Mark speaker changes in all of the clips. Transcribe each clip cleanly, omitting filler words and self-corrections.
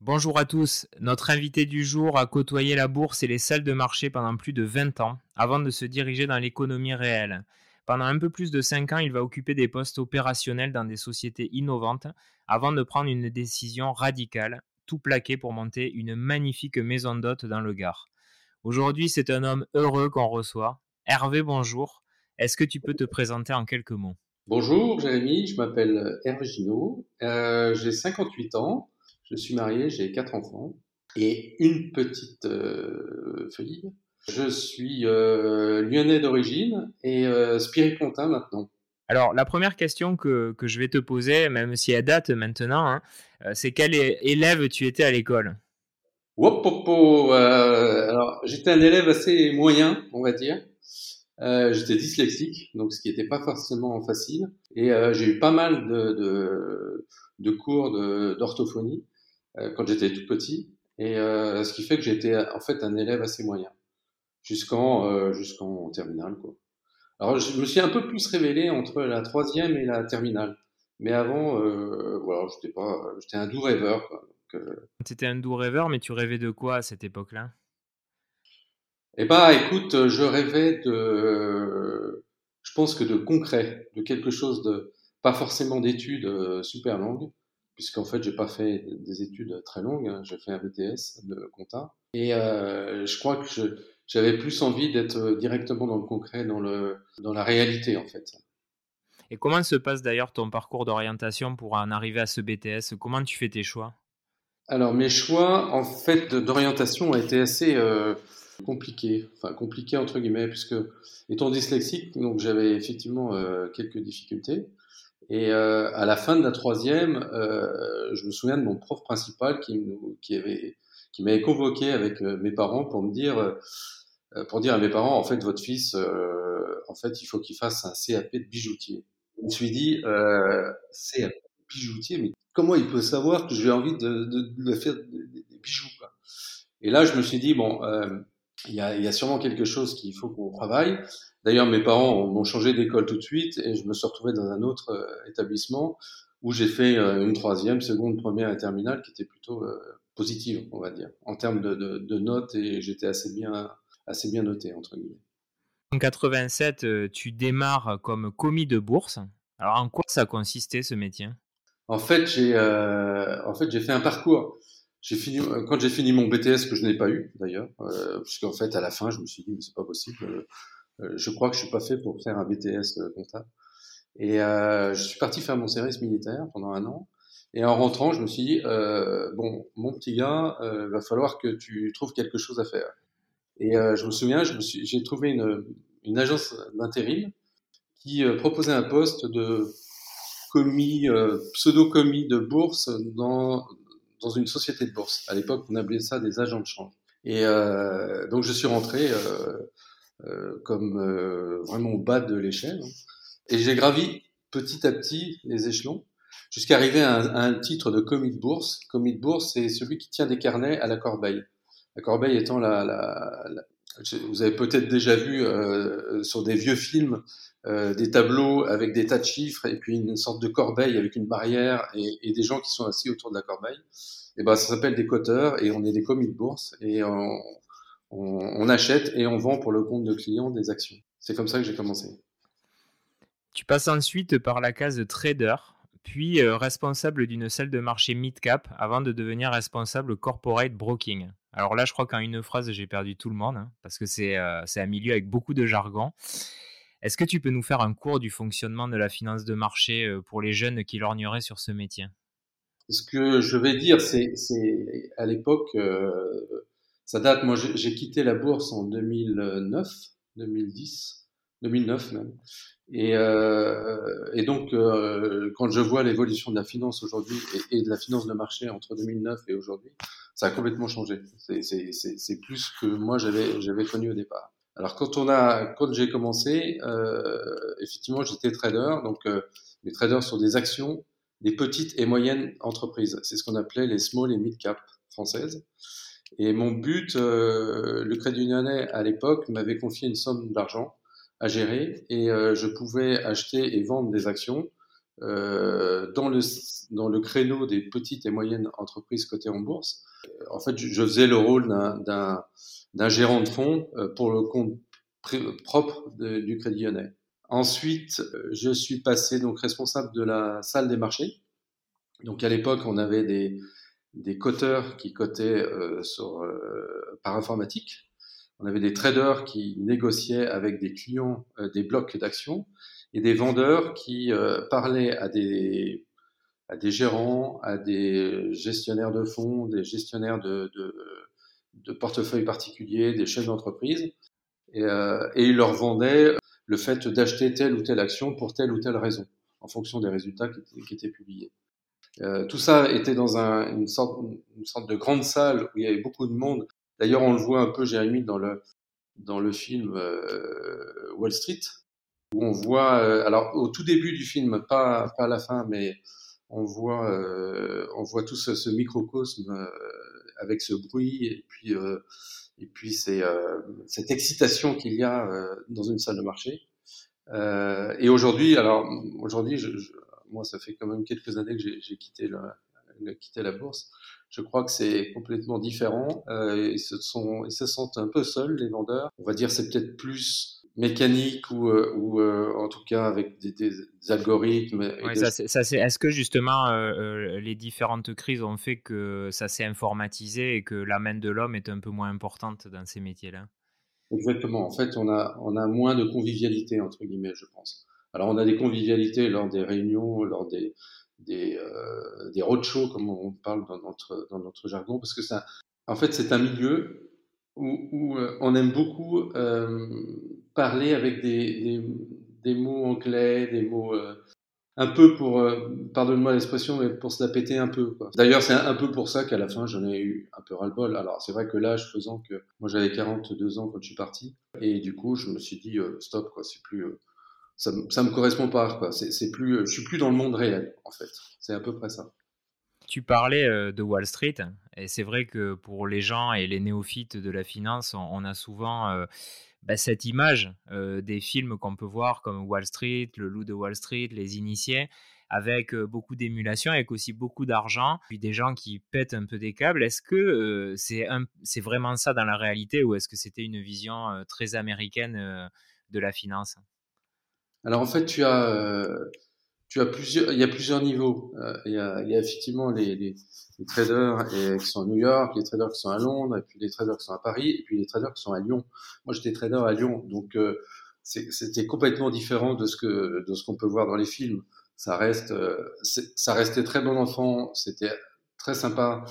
Speaker 1: Bonjour à tous. Notre invité du jour a côtoyé la bourse et les salles de marché pendant plus de 20 ans avant de se diriger dans l'économie réelle. Pendant un peu plus de 5 ans, il va occuper des postes opérationnels dans des sociétés innovantes avant de prendre une décision radicale, tout plaqué pour monter une magnifique maison d'hôtes dans le Gard. Aujourd'hui, c'est un homme heureux qu'on reçoit. Hervé, bonjour. Est-ce que tu peux te présenter en quelques mots?
Speaker 2: Bonjour Jérémy, je m'appelle Hervé Ginaud, j'ai 58 ans, je suis marié, j'ai 4 enfants et une petite fille. Je suis lyonnais d'origine et spiripontain maintenant.
Speaker 1: Alors, la première question que je vais te poser, même si elle date maintenant, hein, c'est quel élève tu étais à l'école?
Speaker 2: Wopopo, alors j'étais un élève assez moyen, on va dire. J'étais dyslexique, donc ce qui n'était pas forcément facile. Et j'ai eu pas mal de cours d'orthophonie quand j'étais tout petit. Et ce qui fait que j'étais en fait un élève assez moyen jusqu'en terminale, quoi. Alors je me suis un peu plus révélé entre la troisième et la terminale. Mais avant, voilà, j'étais un doux rêveur, quoi. Donc,
Speaker 1: Tu étais un doux rêveur, mais tu rêvais de quoi à cette époque-là?
Speaker 2: eh ben, écoute, je rêvais je pense que de concret, de quelque chose de, pas forcément d'études super longues, puisqu'en fait, j'ai pas fait des études très longues, hein. J'ai fait un BTS de compta. Et je crois que j'avais plus envie d'être directement dans le concret, dans la réalité, en fait.
Speaker 1: Et comment se passe d'ailleurs ton parcours d'orientation pour en arriver à ce BTS? Comment tu fais tes choix?
Speaker 2: Alors, mes choix, en fait, d'orientation ont été assez compliqués. Enfin, compliqués entre guillemets, puisque étant dyslexique, donc j'avais effectivement quelques difficultés. Et à la fin de la troisième, je me souviens de mon prof principal qui m'avait convoqué avec mes parents pour dire à mes parents, en fait, votre fils, en fait, il faut qu'il fasse un CAP de bijoutier. Je me suis dit, CAP de bijoutier, mais comment il peut savoir que j'ai envie de faire des bijoux, quoi. Et là, je me suis dit, bon, il y a sûrement quelque chose qu'il faut qu'on travaille. D'ailleurs, mes parents m'ont changé d'école tout de suite et je me suis retrouvé dans un autre établissement où j'ai fait une troisième, seconde, première et terminale qui était plutôt positive, on va dire, en termes de notes et j'étais assez bien noté, entre guillemets.
Speaker 1: En 87, tu démarres comme commis de bourse. Alors, en quoi ça consistait ce métier?
Speaker 2: En fait, j'ai fait un parcours. Quand j'ai fini mon BTS, que je n'ai pas eu d'ailleurs, puisqu'en fait, à la fin, je me suis dit, mais c'est pas possible. Je crois que je suis pas fait pour faire un BTS comptable. Et je suis parti faire mon service militaire pendant un an. Et en rentrant, je me suis dit, bon, mon petit gars, va falloir que tu trouves quelque chose à faire. Et je me souviens, j'ai trouvé une agence d'intérim qui proposait un poste de commis, pseudo-commis de bourse dans une société de bourse. À l'époque, on appelait ça des agents de change. Et donc, je suis rentré comme vraiment au bas de l'échelle, hein. Et j'ai gravi petit à petit les échelons jusqu'à arriver à un titre de commis de bourse. Commis de bourse, c'est celui qui tient des carnets à la corbeille. La corbeille étant vous avez peut-être déjà vu sur des vieux films des tableaux avec des tas de chiffres et puis une sorte de corbeille avec une barrière et des gens qui sont assis autour de la corbeille. Et ben ça s'appelle des coteurs et on est des commis de bourse et on achète et on vend pour le compte de clients des actions. C'est comme ça que j'ai commencé.
Speaker 1: Tu passes ensuite par la case trader, puis responsable d'une salle de marché mid-cap avant de devenir responsable corporate broking. Alors là, je crois qu'en une phrase, j'ai perdu tout le monde, hein, parce que c'est un milieu avec beaucoup de jargon. Est-ce que tu peux nous faire un cours du fonctionnement de la finance de marché pour les jeunes qui lorgneraient sur ce métier?
Speaker 2: Ce que je vais dire, à l'époque, ça date. Moi, j'ai quitté la bourse en 2009, 2010, 2009 même. Et donc, quand je vois l'évolution de la finance aujourd'hui et de la finance de marché entre 2009 et aujourd'hui, ça a complètement changé. C'est plus que moi j'avais connu au départ. Alors quand j'ai commencé, effectivement j'étais trader, donc les traders sur des actions des petites et moyennes entreprises. C'est ce qu'on appelait les small et mid cap françaises. Et mon but, le Crédit Lyonnais à l'époque m'avait confié une somme d'argent à gérer et je pouvais acheter et vendre des actions dans le créneau des petites et moyennes entreprises cotées en bourse. En fait, je faisais le rôle d'un gérant de fonds pour le compte propre du Crédit Lyonnais. Ensuite, je suis passé donc responsable de la salle des marchés. Donc à l'époque, on avait des coteurs qui cotaient par informatique. On avait des traders qui négociaient avec des clients des blocs d'actions et des vendeurs qui parlaient à des gérants, à des gestionnaires de fonds, des gestionnaires de portefeuilles particuliers, des chefs d'entreprise, et ils leur vendaient le fait d'acheter telle ou telle action pour telle ou telle raison, en fonction des résultats qui étaient publiés. Tout ça était dans une sorte de grande salle où il y avait beaucoup de monde. D'ailleurs, on le voit un peu, Jérémy, dans le film Wall Street, où on voit, alors au tout début du film, pas à la fin, mais on voit tout ce microcosme avec ce bruit et puis cette excitation qu'il y a dans une salle de marché. Et aujourd'hui, moi, ça fait quand même quelques années que j'ai quitté la bourse. Je crois que c'est complètement différent. Ils se sentent un peu seuls, les vendeurs. On va dire c'est peut-être plus mécanique ou en tout cas avec des algorithmes.
Speaker 1: Ouais, Est-ce que justement les différentes crises ont fait que ça s'est informatisé et que la main de l'homme est un peu moins importante dans ces métiers-là?
Speaker 2: Exactement. En fait, on a moins de convivialité, entre guillemets, je pense. Alors, on a des convivialités lors des réunions, lors des roadshows, comme on parle dans notre jargon, parce que en fait, c'est un milieu où on aime beaucoup parler avec des mots anglais, des mots un peu pour, pardonne-moi l'expression, mais pour se la péter un peu, quoi. D'ailleurs, c'est un peu pour ça qu'à la fin, j'en ai eu un peu ras-le-bol. Alors, c'est vrai que l'âge faisant que moi, j'avais 42 ans quand je suis parti. Et du coup, je me suis dit, stop, quoi, c'est plus, ça me correspond pas, quoi. C'est plus, je suis plus dans le monde réel, en fait. C'est à peu près ça.
Speaker 1: Tu parlais de Wall Street, et c'est vrai que pour les gens et les néophytes de la finance, on a souvent cette image des films qu'on peut voir comme Wall Street, Le Loup de Wall Street, Les Initiés, avec beaucoup d'émulation, avec aussi beaucoup d'argent, puis des gens qui pètent un peu des câbles. Est-ce que c'est vraiment ça dans la réalité, ou est-ce que c'était une vision très américaine de la finance?
Speaker 2: Alors, en fait, il y a plusieurs niveaux. Il y a effectivement les traders qui sont à New York, les traders qui sont à Londres, et puis les traders qui sont à Paris, et puis les traders qui sont à Lyon. Moi, j'étais trader à Lyon, donc c'était complètement différent de ce qu'on peut voir dans les films. Ça restait très bon enfant, c'était très sympa,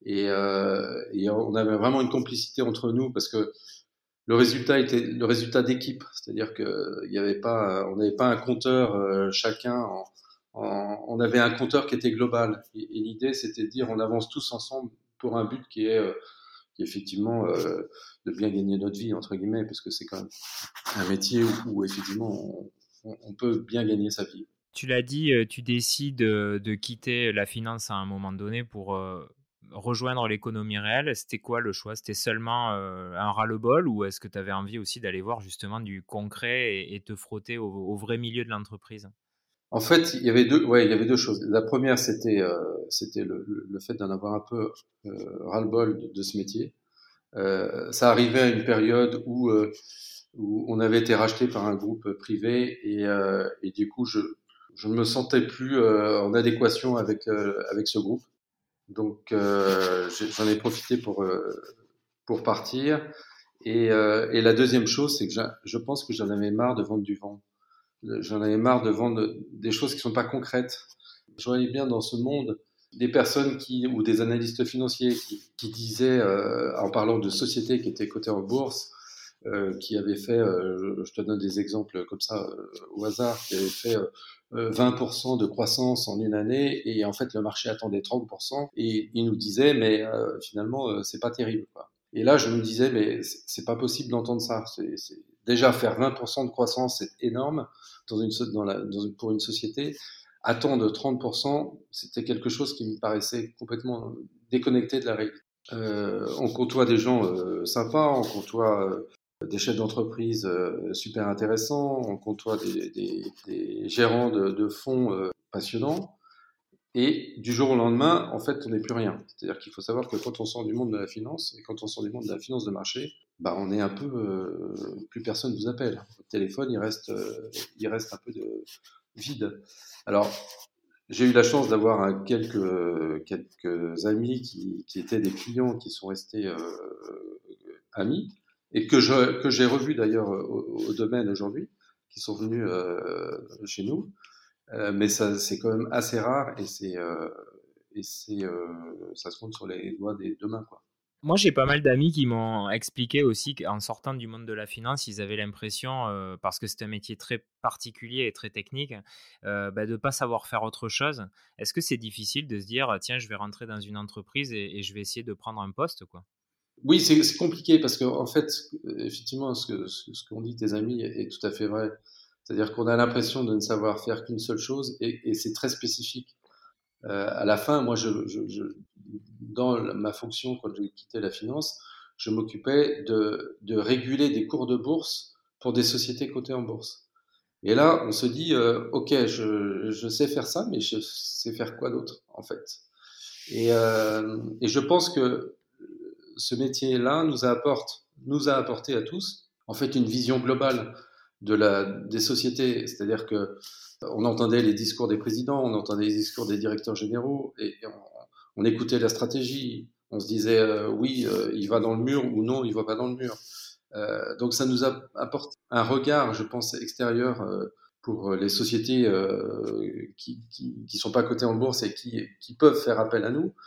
Speaker 2: et on avait vraiment une complicité entre nous parce que le résultat était le résultat d'équipe, c'est-à-dire que il y avait pas, on n'avait pas un compteur chacun. On avait un compteur qui était global. Et l'idée, c'était de dire, on avance tous ensemble pour un but qui est effectivement de bien gagner notre vie entre guillemets, parce que c'est quand même un métier où effectivement on peut bien gagner sa vie.
Speaker 1: Tu l'as dit, tu décides de quitter la finance à un moment donné pour rejoindre l'économie réelle. C'était quoi le choix? C'était seulement un ras-le-bol, ou est-ce que tu avais envie aussi d'aller voir justement du concret et te frotter au vrai milieu de l'entreprise?
Speaker 2: En fait, il y avait deux choses. La première, c'était le fait d'en avoir un peu ras-le-bol de ce métier. Ça arrivait à une période où on avait été racheté par un groupe privé et du coup, je ne me sentais plus en adéquation avec ce groupe. Donc, j'en ai profité pour partir. Et la deuxième chose, c'est que je pense que j'en avais marre de vendre du vent. J'en avais marre de vendre des choses qui sont pas concrètes. Je voyais bien dans ce monde des personnes ou des analystes financiers qui disaient, en parlant de sociétés qui étaient cotées en bourse, qui avaient fait, je te donne des exemples comme ça au hasard, qui avaient fait 20% de croissance en une année et en fait le marché attendait 30% et ils nous disaient mais finalement c'est pas terrible, quoi. Et là je me disais mais c'est pas possible d'entendre ça. Déjà faire 20% de croissance c'est énorme pour une société. Attendre 30%, c'était quelque chose qui me paraissait complètement déconnecté de la réalité. On côtoie des gens sympas, on côtoie des chefs d'entreprise super intéressants, on côtoie des gérants de fonds passionnant. Et du jour au lendemain, en fait, on n'est plus rien. C'est-à-dire qu'il faut savoir que quand on sort du monde de la finance, et quand on sort du monde de la finance de marché, bah, on est un peu, plus personne vous appelle. Votre téléphone, il reste un peu vide. Alors, j'ai eu la chance d'avoir quelques amis qui étaient des clients qui sont restés amis et que j'ai revus d'ailleurs au domaine aujourd'hui, qui sont venus chez nous. Mais ça, c'est quand même assez rare et ça se compte sur les doigts des deux mains, quoi.
Speaker 1: Moi, j'ai pas mal d'amis qui m'ont expliqué aussi qu'en sortant du monde de la finance, ils avaient l'impression, parce que c'est un métier très particulier et très technique, de ne pas savoir faire autre chose. Est-ce que c'est difficile de se dire: «Tiens, je vais rentrer dans une entreprise et je vais essayer de prendre un poste, quoi»?
Speaker 2: Oui, c'est compliqué parce qu'en en fait, effectivement, ce qu'ont dit tes amis est tout à fait vrai. C'est-à-dire qu'on a l'impression de ne savoir faire qu'une seule chose et c'est très spécifique. À la fin, moi, dans ma fonction, quand j'ai quitté la finance, je m'occupais de réguler des cours de bourse pour des sociétés cotées en bourse. Et là, on se dit, OK, je sais faire ça, mais je sais faire quoi d'autre, en fait? Et je pense que ce métier-là nous a apporté à tous, en fait, une vision globale des sociétés. C'est-à-dire que on entendait les discours des présidents, on entendait les discours des directeurs généraux, et on écoutait la stratégie. On se disait, oui, il va dans le mur, ou non, il va pas dans le mur. Donc ça nous apporte un regard, je pense, extérieur pour les sociétés qui sont pas cotées en bourse et qui peuvent faire appel à nous.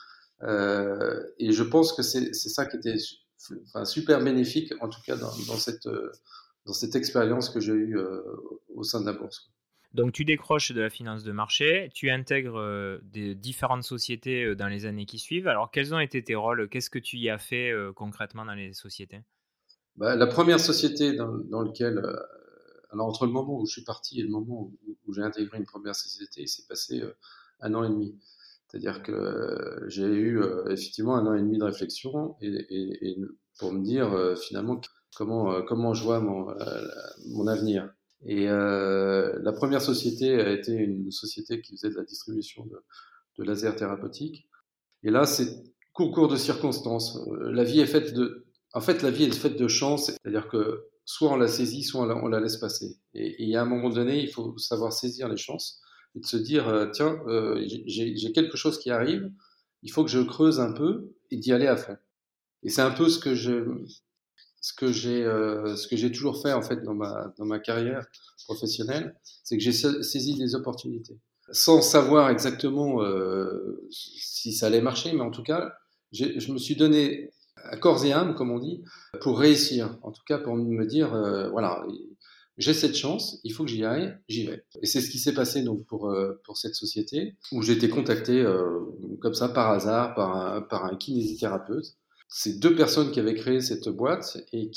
Speaker 2: Et je pense que c'est ça qui était enfin, super bénéfique, en tout cas dans cette expérience que j'ai eue au sein de la bourse.
Speaker 1: Donc tu décroches de la finance de marché, tu intègres, des différentes sociétés, dans les années qui suivent. Alors quels ont été tes rôles? Qu'est-ce que tu y as fait, concrètement dans les sociétés?
Speaker 2: Bah, la première société dans laquelle, alors entre le moment où je suis parti et le moment où j'ai intégré une première société, il s'est passé 1 an et demi. C'est-à-dire que j'ai eu effectivement 1 an et demi de réflexion et pour me dire finalement comment je vois mon avenir. Et la première société a été une société qui faisait de la distribution de lasers thérapeutiques. Et là, c'est concours de circonstances. La vie est faite en fait, la vie est faite de chance, c'est-à-dire que soit on la saisit, soit on la laisse passer. Et à un moment donné, il faut savoir saisir les chances et de se dire, tiens, j'ai quelque chose qui arrive, il faut que je creuse un peu et d'y aller à fond. Et c'est un peu ce que j'ai toujours fait en fait dans ma carrière professionnelle, c'est que j'ai saisi des opportunités sans savoir exactement si ça allait marcher, mais en tout cas, je me suis donné à corps et âme, comme on dit, pour réussir. En tout cas, pour me dire, voilà, j'ai cette chance, il faut que j'y aille, j'y vais. Et c'est ce qui s'est passé donc pour cette société, où j'ai été contacté comme ça par hasard par un kinésithérapeute. C'est deux personnes qui avaient créé cette boîte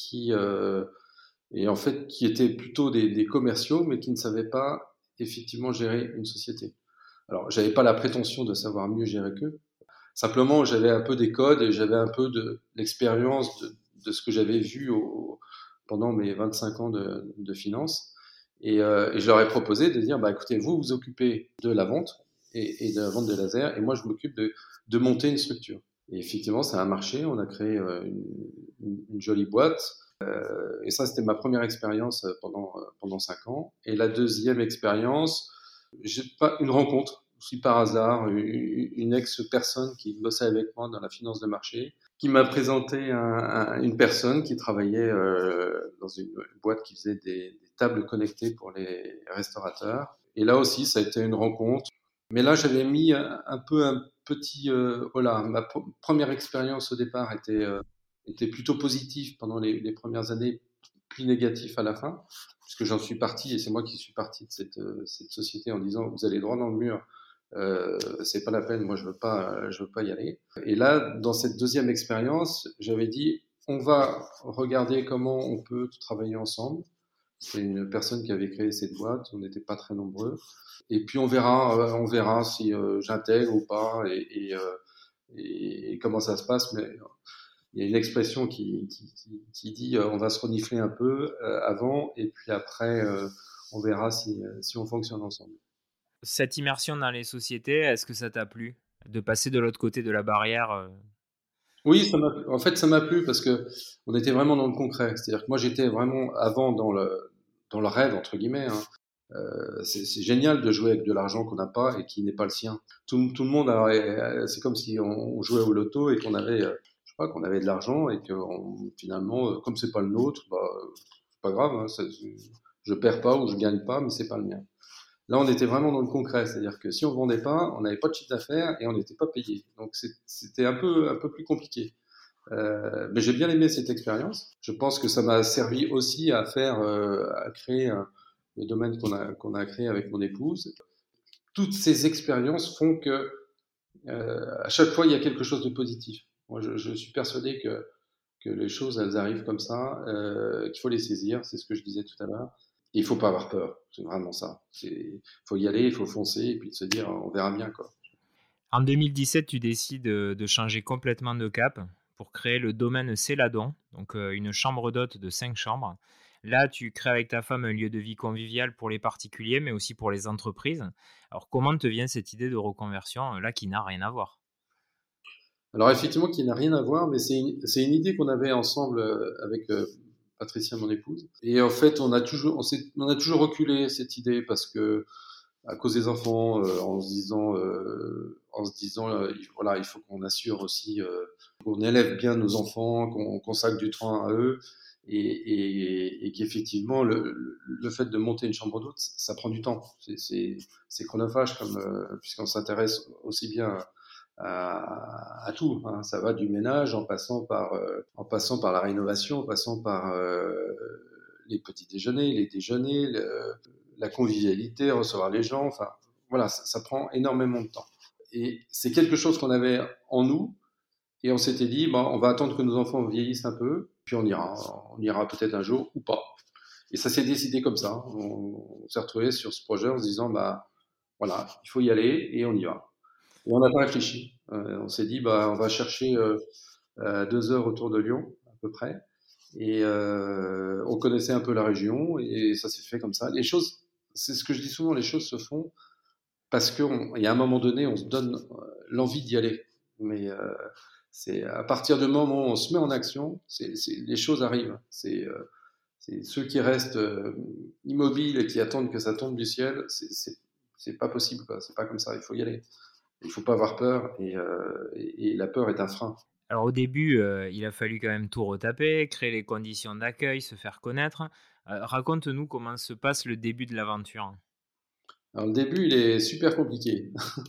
Speaker 2: et en fait qui étaient plutôt des commerciaux, mais qui ne savaient pas effectivement gérer une société. Alors, j'avais pas la prétention de savoir mieux gérer qu'eux. Simplement, j'avais un peu des codes et j'avais un peu de l'expérience de ce que j'avais vu pendant mes 25 ans de finance. Et je leur ai proposé de dire, bah, écoutez, vous vous occupez de la vente et de la vente des lasers, et moi, je m'occupe de monter une structure. Et effectivement, ça a marché. On a créé une jolie boîte. Et ça, c'était ma première expérience pendant 5 ans. Et la deuxième expérience, j'ai pas une rencontre, aussi par hasard, une ex-personne qui bossait avec moi dans la finance de marché, qui m'a présenté une personne qui travaillait dans une boîte qui faisait des tables connectées pour les restaurateurs. Et là aussi, ça a été une rencontre. Mais là, j'avais mis un peu un petit... voilà, ma première expérience au départ était plutôt positive pendant les premières années, plus négatif à la fin, puisque j'en suis parti et c'est moi qui suis parti de cette société en disant vous allez droit dans le mur, c'est pas la peine, moi je veux pas y aller. Et là, dans cette deuxième expérience, j'avais dit on va regarder comment on peut travailler ensemble. C'est une personne qui avait créé cette boîte, on n'était pas très nombreux. Et puis on verra si j'intègre ou pas et comment ça se passe. Mais il y a une expression qui dit on va se renifler un peu avant et puis après on verra si on fonctionne ensemble.
Speaker 1: Cette immersion dans les sociétés, est-ce que ça t'a plu? De passer de l'autre côté de la barrière,
Speaker 2: Oui, en fait, ça m'a plu parce que on était vraiment dans le concret. C'est-à-dire que moi, j'étais vraiment avant dans le rêve entre guillemets, hein. C'est génial de jouer avec de l'argent qu'on n'a pas et qui n'est pas le sien. Tout le monde c'est comme si on jouait au loto et qu'on avait, je sais pas, qu'on avait de l'argent et que finalement, comme c'est pas le nôtre, bah, c'est pas grave, hein, je perds pas ou je gagne pas, mais c'est pas le mien. Là, on était vraiment dans le concret, c'est-à-dire que si on vendait pas, on n'avait pas de chiffre d'affaires et on n'était pas payé. Donc c'était un peu plus compliqué. Mais j'ai bien aimé cette expérience. Je pense que ça m'a servi aussi à à créer le domaine qu'on a créé avec mon épouse. Toutes ces expériences font que à chaque fois il y a quelque chose de positif. Moi, je suis persuadé que les choses elles arrivent comme ça, qu'il faut les saisir. C'est ce que je disais tout à l'heure. Et il faut pas avoir peur. C'est vraiment ça. Il faut y aller, il faut foncer et puis se dire on verra bien quoi.
Speaker 1: En 2017, tu décides, de changer complètement de cap pour créer le domaine Céladon, donc une chambre d'hôte de 5 chambres. Là, tu crées avec ta femme un lieu de vie convivial pour les particuliers, mais aussi pour les entreprises. Alors, comment te vient cette idée de reconversion, là, qui n'a rien à voir?
Speaker 2: Alors effectivement, qui n'a rien à voir, mais c'est une idée qu'on avait ensemble avec Patricia, mon épouse. Et en fait, on a toujours reculé cette idée parce que à cause des enfants, en se disant, voilà, il faut qu'on assure aussi, qu'on élève bien nos enfants, qu'on consacre du temps à eux, et qu'effectivement, le fait de monter une chambre d'hôte, ça prend du temps. C'est chronophage, comme puisqu'on s'intéresse aussi bien à tout, hein. Ça va du ménage en passant par la rénovation, en passant par les petits déjeuners, les déjeuners, la convivialité, recevoir les gens. Enfin, voilà, ça prend énormément de temps. Et c'est quelque chose qu'on avait en nous. Et on s'était dit, bon, on va attendre que nos enfants vieillissent un peu, puis on ira peut-être un jour ou pas. Et ça s'est décidé comme ça. On s'est retrouvé sur ce projet en se disant, bah, voilà, il faut y aller et on y va. Et on n'a pas réfléchi. On s'est dit, bah, on va chercher 2 heures autour de Lyon, à peu près. Et on connaissait un peu la région et ça s'est fait comme ça. Les choses, c'est ce que je dis souvent, les choses se font parce qu'il y a un moment donné, on se donne l'envie d'y aller. Mais c'est à partir du moment où on se met en action, les choses arrivent. C'est ceux qui restent immobiles et qui attendent que ça tombe du ciel, c'est pas possible, quoi. C'est pas comme ça. Il faut y aller. Il faut pas avoir peur et la peur est un frein.
Speaker 1: Alors, au début, il a fallu quand même tout retaper, créer les conditions d'accueil, se faire connaître. Raconte-nous comment se passe le début de l'aventure?
Speaker 2: Alors le début, il est super compliqué.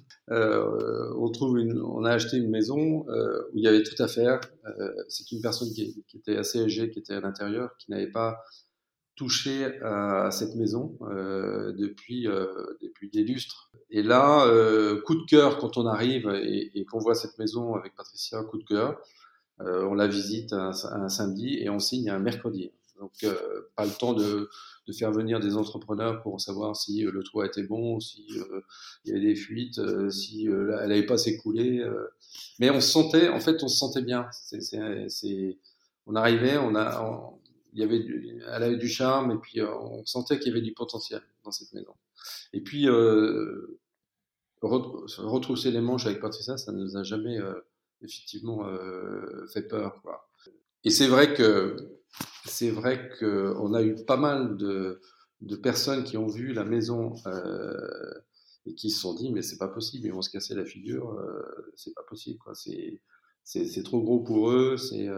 Speaker 2: On a acheté une maison où il y avait tout à faire. C'est une personne qui était assez âgée, qui était à l'intérieur, qui n'avait pas touché à cette maison depuis des lustres. Et là, coup de cœur quand on arrive et qu'on voit cette maison avec Patricia, coup de cœur. On la visite un samedi et on signe un mercredi. Donc, pas le temps de faire venir des entrepreneurs pour savoir si le toit était bon, si il y avait des fuites, si elle n'avait pas s'écoulé. Mais on se sentait, en fait, on se sentait bien. On arrivait, elle avait du charme et puis on sentait qu'il y avait du potentiel dans cette maison. Et puis, retrousser les manches avec Patricia, ça ne nous a jamais effectivement fait peur, quoi. Et c'est vrai que on a eu pas mal de personnes qui ont vu la maison et qui se sont dit mais c'est pas possible, ils vont se casser la figure, c'est pas possible, quoi. C'est trop gros pour eux,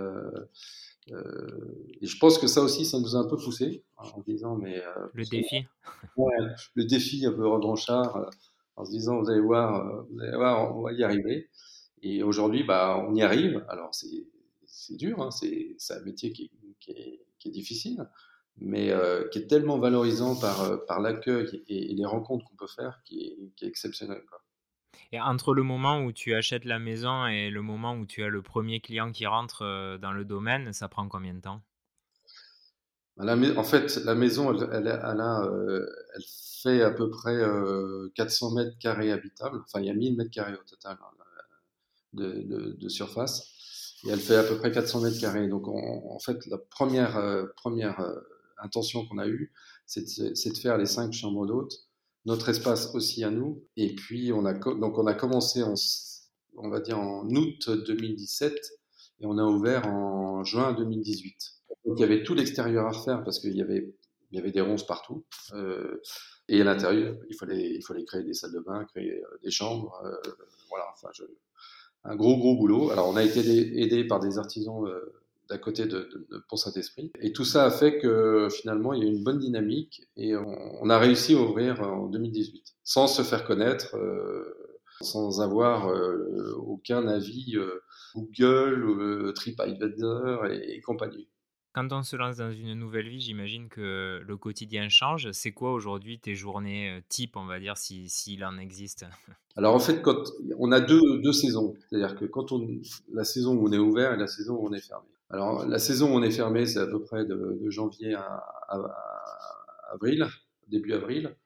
Speaker 2: et je pense que ça aussi ça nous a un peu poussé en disant mais
Speaker 1: Le défi?
Speaker 2: ouais, le défi un peu revanchard en se disant vous allez voir, on va y arriver. Et aujourd'hui, bah, on y arrive. Alors, c'est dur, hein, c'est un métier qui est difficile, mais qui est tellement valorisant par l'accueil et les rencontres qu'on peut faire qui est exceptionnel, quoi.
Speaker 1: Et entre le moment où tu achètes la maison et le moment où tu as le premier client qui rentre, dans le domaine, ça prend combien de temps?
Speaker 2: En fait, la maison, elle fait à peu près 400 mètres carrés habitables. Enfin, il y a 1000 mètres carrés au total, hein, de surface. Et elle fait à peu près 400 mètres carrés. Donc, en fait, la première intention qu'on a eue, c'est de faire les 5 chambres d'hôtes notre espace aussi à nous. Et puis donc on a commencé on va dire en août 2017 et on a ouvert en juin 2018. Donc il y avait tout l'extérieur à refaire parce qu'il y avait des ronces partout. Et à l'intérieur, il fallait créer des salles de bain, créer des chambres. Voilà, enfin, un gros boulot. Alors on a été aidé par des artisans d'à côté de Pont-Saint-Esprit. Et tout ça a fait que finalement il y a eu une bonne dynamique et on a réussi à ouvrir en 2018 sans se faire connaître, sans avoir aucun avis Google, TripAdvisor et compagnie.
Speaker 1: Quand on se lance dans une nouvelle vie, j'imagine que le quotidien change. C'est quoi aujourd'hui tes journées type, on va dire, s'il en existe?
Speaker 2: Alors en fait, quand on a deux saisons, c'est-à-dire que la saison où on est ouvert et la saison où on est fermé. Alors la saison où on est fermé, c'est à peu près de janvier à avril, début avril.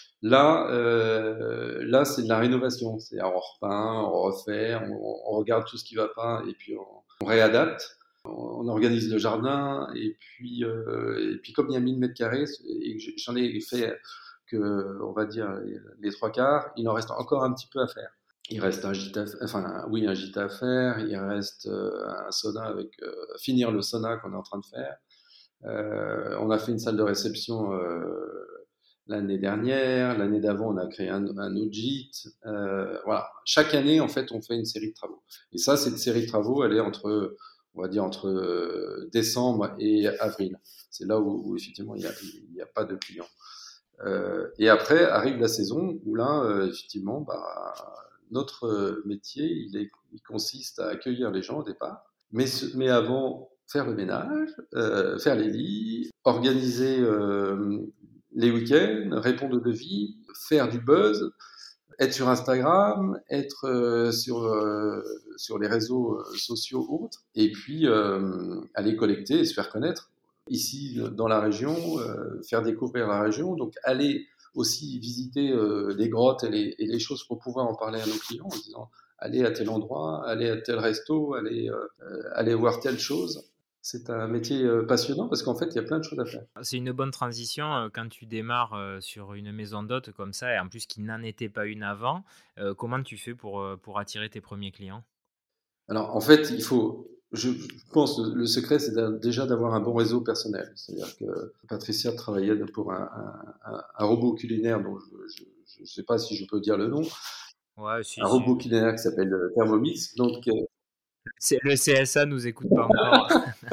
Speaker 2: Là, c'est de la rénovation, c'est on repeint, on refait, on regarde tout ce qui va pas et puis on réadapte. On organise le jardin et puis comme il y a 1000 mètres carrés et que j'en ai fait que, on va dire, les trois quarts, il en reste encore un petit peu à faire. Il reste un gîte à faire, il reste un sauna finir le sauna qu'on est en train de faire. On a fait une salle de réception l'année dernière, l'année d'avant, on a créé un autre gîte. Voilà. Chaque année, en fait, on fait une série de travaux. Et ça, cette série de travaux, elle est on va dire, entre décembre et avril. C'est là où effectivement, il y a pas de clients. Et après arrive la saison où là, effectivement, notre métier, il consiste à accueillir les gens au départ, mais avant, faire le ménage, faire les lits, organiser les week-ends, répondre aux devis, faire du buzz, être sur Instagram, être sur les réseaux sociaux ou autres, et puis aller collecter et se faire connaître. Ici, dans la région, faire découvrir la région, donc aller aussi visiter les grottes et les choses pour pouvoir en parler à nos clients en disant allez à tel endroit, allez à tel resto, allez voir telle chose. C'est un métier passionnant parce qu'en fait, il y a plein de choses à faire.
Speaker 1: C'est une bonne transition quand tu démarres sur une maison d'hôte comme ça, et en plus qui n'en était pas une avant. Comment tu fais pour attirer tes premiers clients?
Speaker 2: Alors, en fait, je pense, le secret, c'est déjà d'avoir un bon réseau personnel. C'est-à-dire que Patricia travaillait pour un robot culinaire dont je ne sais pas si je peux dire le nom,
Speaker 1: Ouais,
Speaker 2: un
Speaker 1: si, si.
Speaker 2: robot culinaire qui s'appelle Thermomix. Donc,
Speaker 1: Le CSA nous écoute pas encore.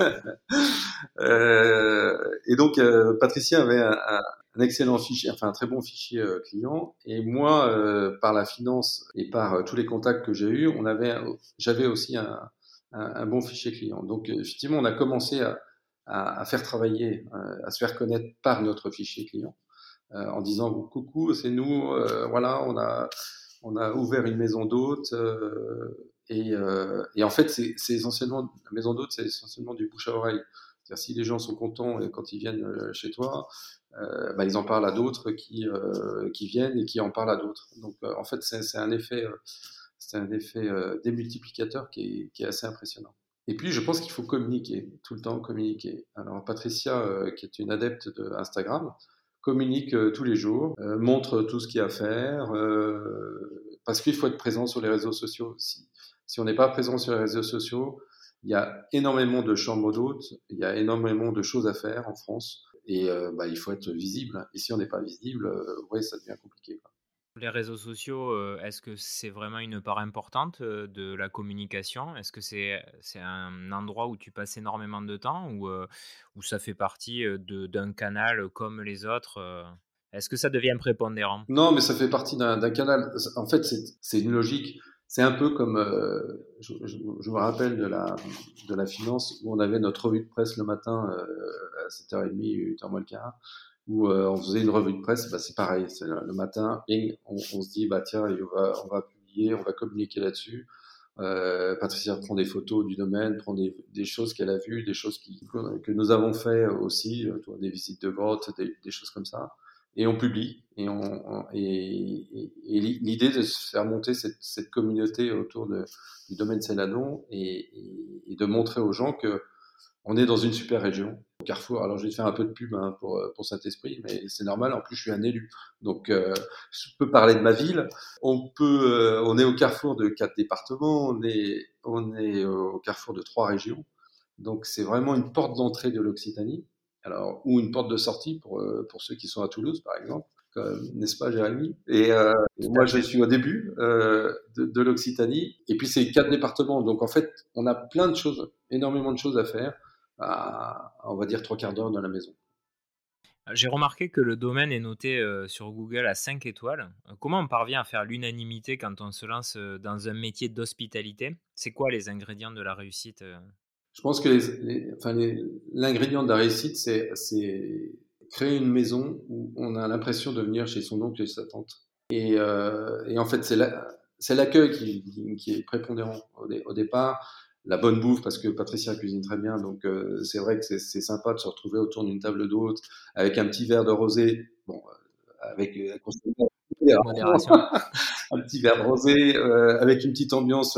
Speaker 2: et donc, Patricia avait un excellent fichier, enfin un très bon fichier client. Et moi, par la finance et par tous les contacts que j'ai eus, j'avais aussi un bon fichier client. Donc, effectivement, on a commencé à faire travailler, à se faire connaître par notre fichier client, en disant coucou, c'est nous, voilà, on a ouvert une maison d'hôtes. Et en fait, c'est essentiellement la maison d'hôtes, c'est essentiellement du bouche à oreille. C'est-à-dire, si les gens sont contents et quand ils viennent chez toi, ils en parlent à d'autres qui viennent et qui en parlent à d'autres. Donc, en fait, c'est un effet démultiplicateur qui est assez impressionnant. Et puis, je pense qu'il faut communiquer, tout le temps communiquer. Alors, Patricia, qui est une adepte de Instagram, communique tous les jours, montre tout ce qu'il y a à faire, parce qu'il faut être présent sur les réseaux sociaux. Si on n'est pas présent sur les réseaux sociaux, il y a énormément de chambres d'hôtes, il y a énormément de choses à faire en France, et il faut être visible. Et si on n'est pas visible, ouais, ça devient compliqué, quoi.
Speaker 1: Les réseaux sociaux, est-ce que c'est vraiment une part importante de la communication? Est-ce que c'est un endroit où tu passes énormément de temps, ou ça fait partie d'un canal comme les autres? Est-ce que ça devient prépondérant?
Speaker 2: Non, mais ça fait partie d'un canal. En fait, c'est une logique. C'est un peu comme, je me rappelle de la finance où on avait notre revue de presse le matin à 7h30, 8h moins le quart, où on faisait une revue de presse. Bah, c'est pareil, c'est le matin, bing, on se dit, bah tiens, on va publier, on va communiquer là-dessus. Patricia prend des photos du domaine, prend des choses qu'elle a vues, des choses que nous avons fait aussi, des visites de grottes, des choses comme ça, et on publie. Et l'idée de se faire monter cette communauté autour du domaine Céladon et de montrer aux gens que on est dans une super région au Carrefour. Alors, je vais te faire un peu de pub hein, pour Saint-Esprit, mais c'est normal. En plus, je suis un élu. Donc, je peux parler de ma ville. On est au carrefour de 4 départements. On est au carrefour de 3 régions. Donc, c'est vraiment une porte d'entrée de l'Occitanie. Alors, ou une porte de sortie pour ceux qui sont à Toulouse, par exemple. N'est-ce pas, Jérémy? Et
Speaker 1: Tout à
Speaker 2: moi, je
Speaker 1: fait.
Speaker 2: suis au début de l'Occitanie. Et puis, c'est 4 départements. Donc, en fait, on a plein de choses, énormément de choses à faire on va dire, 3 quarts d'heure de la maison.
Speaker 1: J'ai remarqué que le domaine est noté sur Google à 5 étoiles. Comment on parvient à faire l'unanimité quand on se lance dans un métier d'hospitalité? C'est quoi les ingrédients de la réussite?
Speaker 2: Je pense que l'ingrédient de la réussite, c'est créer une maison où on a l'impression de venir chez son oncle et sa tante. Et en fait, c'est l'accueil qui est prépondérant au départ. La bonne bouffe, parce que Patricia cuisine très bien, donc c'est vrai que c'est sympa de se retrouver autour d'une table d'hôtes avec un petit verre de rosé. Bon, avec
Speaker 1: Modération.
Speaker 2: un petit verre de rosé, avec une petite ambiance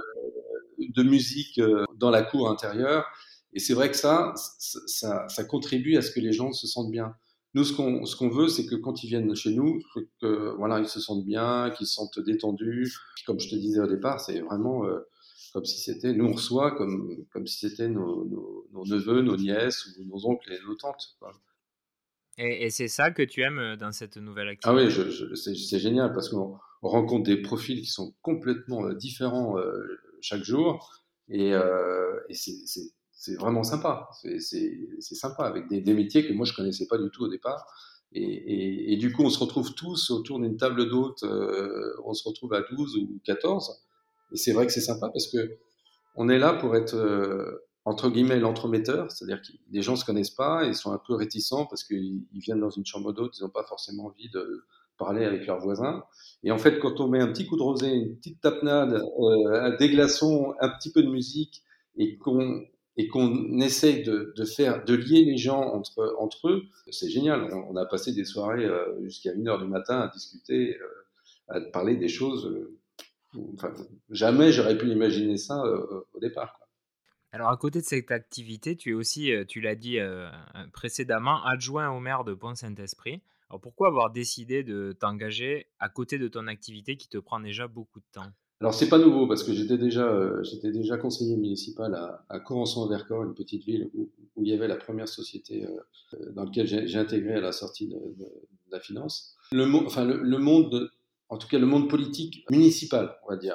Speaker 2: de musique dans la cour intérieure. Et c'est vrai que ça contribue à ce que les gens se sentent bien. Nous, ce qu'on veut, c'est que quand ils viennent chez nous, que voilà, ils se sentent bien, qu'ils se sentent détendus. Puis, comme je te disais au départ, c'est vraiment comme si c'était, nous on reçoit comme si c'était nos neveux, nos nièces ou nos oncles et nos tantes. Quoi.
Speaker 1: Et c'est ça que tu aimes dans cette nouvelle
Speaker 2: Ah oui,
Speaker 1: activité?
Speaker 2: c'est génial parce qu'on rencontre des profils qui sont complètement différents chaque jour et c'est vraiment sympa. C'est sympa avec des métiers que moi je connaissais pas du tout au départ. Et du coup, on se retrouve tous autour d'une table d'hôtes, on se retrouve à 12 ou 14. Et c'est vrai que c'est sympa parce que on est là pour être, entre guillemets, l'entremetteur, c'est-à-dire que les gens ne se connaissent pas, ils sont un peu réticents parce qu'ils viennent dans une chambre d'hôte, ils n'ont pas forcément envie de parler avec leurs voisins. Et en fait, quand on met un petit coup de rosé, une petite tapenade, des glaçons, un petit peu de musique, et qu'on essaye de lier les gens entre eux, c'est génial. On a passé des soirées jusqu'à 1 heure du matin à discuter, à parler des choses. Enfin, jamais j'aurais pu imaginer ça au départ. Quoi.
Speaker 1: Alors à côté de cette activité, tu es aussi, tu l'as dit, précédemment, adjoint au maire de Pont-Saint-Esprit. Alors pourquoi avoir décidé de t'engager à côté de ton activité qui te prend déjà beaucoup de temps?
Speaker 2: Alors c'est pas nouveau parce que j'étais déjà conseiller municipal à Corançon-Vercors, une petite ville où il y avait la première société dans laquelle j'ai intégré à la sortie de la finance. Le monde, en tout cas le monde politique municipal, on va dire,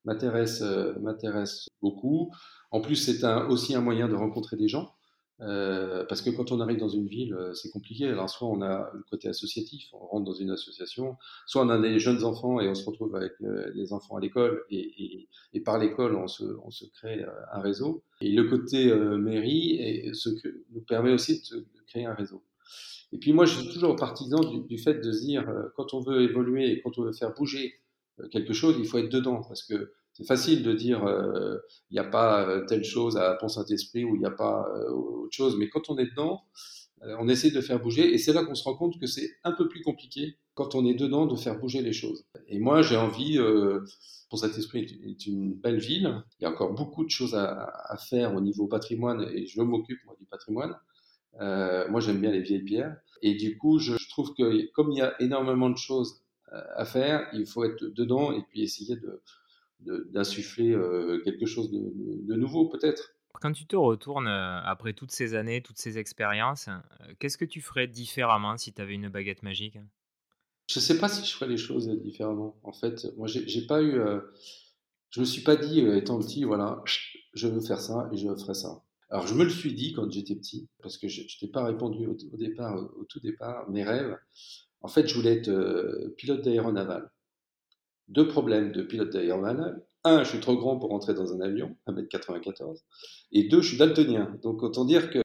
Speaker 2: m'intéresse beaucoup. En plus, aussi un moyen de rencontrer des gens. Parce que quand on arrive dans une ville, c'est compliqué. Alors, soit on a le côté associatif, on rentre dans une association, soit on a des jeunes enfants et on se retrouve avec les enfants à l'école, et par l'école, on se crée un réseau. Et le côté mairie nous permet aussi de créer un réseau. Et puis moi, je suis toujours partisan du fait de se dire, quand on veut évoluer et quand on veut faire bouger quelque chose, il faut être dedans. Parce que c'est facile de dire, il n'y a pas telle chose à Pont-Saint-Esprit ou il n'y a pas autre chose. Mais quand on est dedans, on essaie de faire bouger. Et c'est là qu'on se rend compte que c'est un peu plus compliqué quand on est dedans de faire bouger les choses. Et moi, j'ai envie, Pont-Saint-Esprit est une belle ville. Il y a encore beaucoup de choses à faire au niveau patrimoine et je m'occupe, moi, du patrimoine. Moi, j'aime bien les vieilles pierres. Et du coup, je trouve que comme il y a énormément de choses à faire, il faut être dedans et puis essayer d'insuffler quelque chose de nouveau, peut-être.
Speaker 1: Quand tu te retournes, après toutes ces années, toutes ces expériences, qu'est-ce que tu ferais différemment si tu avais une baguette magique?
Speaker 2: Je sais pas si je ferais les choses différemment. En fait, moi, j'ai pas eu, je me suis pas dit, étant petit, voilà, je veux faire ça et je ferai ça. Alors, je me le suis dit quand j'étais petit, parce que je t'ai pas répondu au départ, au tout départ, mes rêves. En fait, je voulais être pilote d'aéronaval. Deux problèmes de pilote d'aéronaval. Un, je suis trop grand pour rentrer dans un avion, 1,94 m. Et deux, je suis daltonien. Donc, autant dire que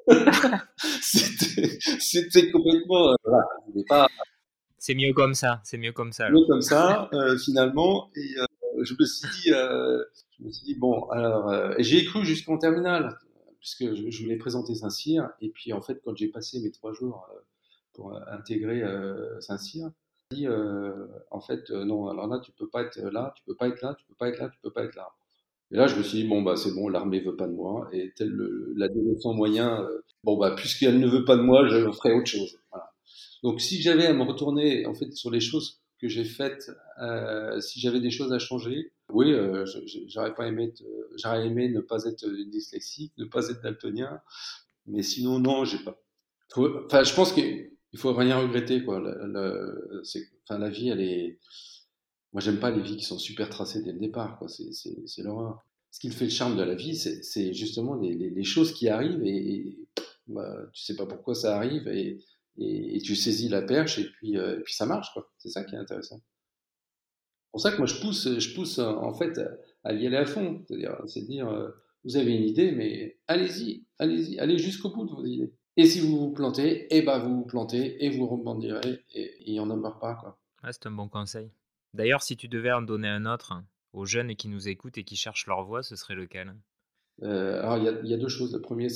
Speaker 2: c'était complètement, voilà, c'était pas
Speaker 1: C'est mieux comme ça
Speaker 2: mieux
Speaker 1: alors.
Speaker 2: comme ça, finalement. Et je me suis dit, bon, alors, et j'y ai cru jusqu'en terminale, puisque je voulais présenter Saint-Cyr. Et puis, en fait, quand j'ai passé mes 3 jours pour intégrer Saint-Cyr, dit, en fait, non, alors là, tu peux pas être là, tu peux pas être là, tu peux pas être là, tu peux pas être là. Et là, je me suis dit, bon, bah, c'est bon, l'armée veut pas de moi. Et tel l'adolescent moyen, bon, bah, puisqu'elle ne veut pas de moi, je ferai autre chose. Voilà. Donc, si j'avais à me retourner, en fait, sur les choses que j'ai faites, si j'avais des choses à changer, oui, j'aurais pas aimé, j'aurais aimé ne pas être dyslexique, ne pas être daltonien. Mais sinon, non, j'ai pas. Enfin, je pense qu'il faut rien regretter, quoi. Enfin, la vie, elle est. Moi, j'aime pas les vies qui sont super tracées dès le départ, quoi. C'est l'horreur. Ce qui fait le charme de la vie, c'est justement les choses qui arrivent bah, tu sais pas pourquoi ça arrive et tu saisis la perche et puis ça marche, quoi. C'est ça qui est intéressant. C'est pour ça que moi, je pousse en fait à y aller à fond. C'est de dire, vous avez une idée, mais allez-y, allez-y, allez jusqu'au bout de vos idées. Et si vous vous plantez, eh ben vous vous plantez et vous rebondirez et il y en a marre pas, quoi.
Speaker 1: Ouais, c'est un bon conseil. D'ailleurs, si tu devais en donner un autre aux jeunes qui nous écoutent et qui cherchent leur voie, ce serait lequel?
Speaker 2: Alors il y a deux choses. Le premier,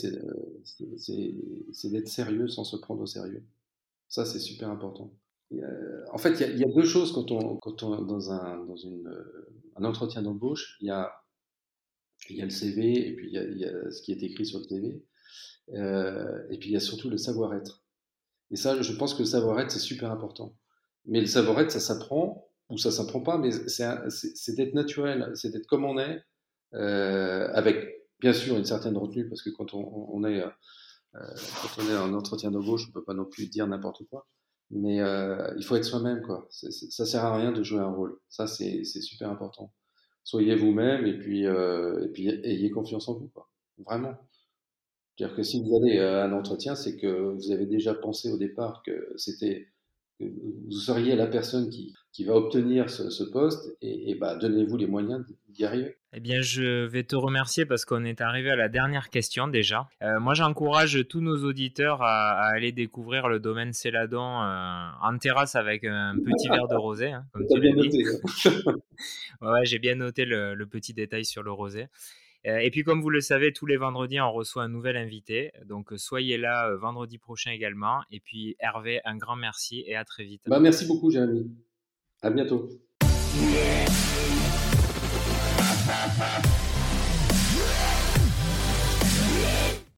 Speaker 2: c'est d'être sérieux sans se prendre au sérieux. Ça, c'est super important. En fait, il y a deux choses quand on un entretien d'embauche. Il y a le CV et puis il y a ce qui est écrit sur le CV. Et puis il y a surtout le savoir-être. Et ça, je pense que le savoir-être, c'est super important. Mais le savoir-être, ça s'apprend ou ça s'apprend pas, mais c'est d'être naturel, c'est d'être comme on est, avec bien sûr une certaine retenue, parce que quand on est en entretien d'embauche, on peut pas non plus dire n'importe quoi. Mais il faut être soi-même, quoi. Ça sert à rien de jouer un rôle. Ça, c'est super important. Soyez vous-même et puis ayez confiance en vous, quoi. Vraiment. C'est-à-dire que si vous allez à un entretien, c'est que vous avez déjà pensé au départ que vous seriez la personne qui va obtenir ce poste et bah, donnez-vous les moyens d'y arriver.
Speaker 1: Eh bien, je vais te remercier parce qu'on est arrivé à la dernière question déjà. Moi, j'encourage tous nos auditeurs à aller découvrir le domaine Céladon en terrasse avec un petit verre de rosé, hein, comme
Speaker 2: T'as
Speaker 1: tu
Speaker 2: bien
Speaker 1: l'as dit.
Speaker 2: noté, hein.
Speaker 1: Ouais, ouais, j'ai bien noté le petit détail sur le rosé. Et puis, comme vous le savez, tous les vendredis, on reçoit un nouvel invité. Donc, soyez là vendredi prochain également. Et puis, Hervé, un grand merci et à très vite.
Speaker 2: Bah, merci beaucoup, Jérémy. À bientôt.